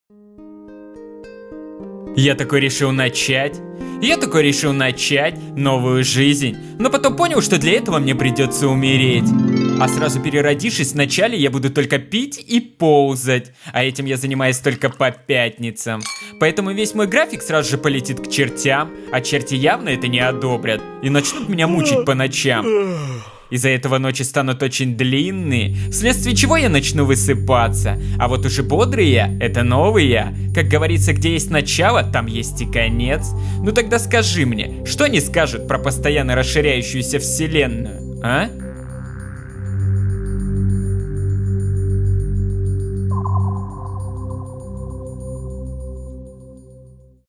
Я такой решил начать новую жизнь, но потом понял, что для этого мне придется умереть. А сразу переродившись, вначале я буду только пить и ползать, а этим я занимаюсь только по пятницам. Поэтому весь мой график сразу же полетит к чертям, а черти явно это не одобрят и начнут меня мучить по ночам. Из-за этого ночи станут очень длинные, вследствие чего я начну высыпаться. А вот уже бодрые – это новые. Как говорится, где есть начало, там есть и конец. Ну тогда скажи мне, что они скажут про постоянно расширяющуюся вселенную, а?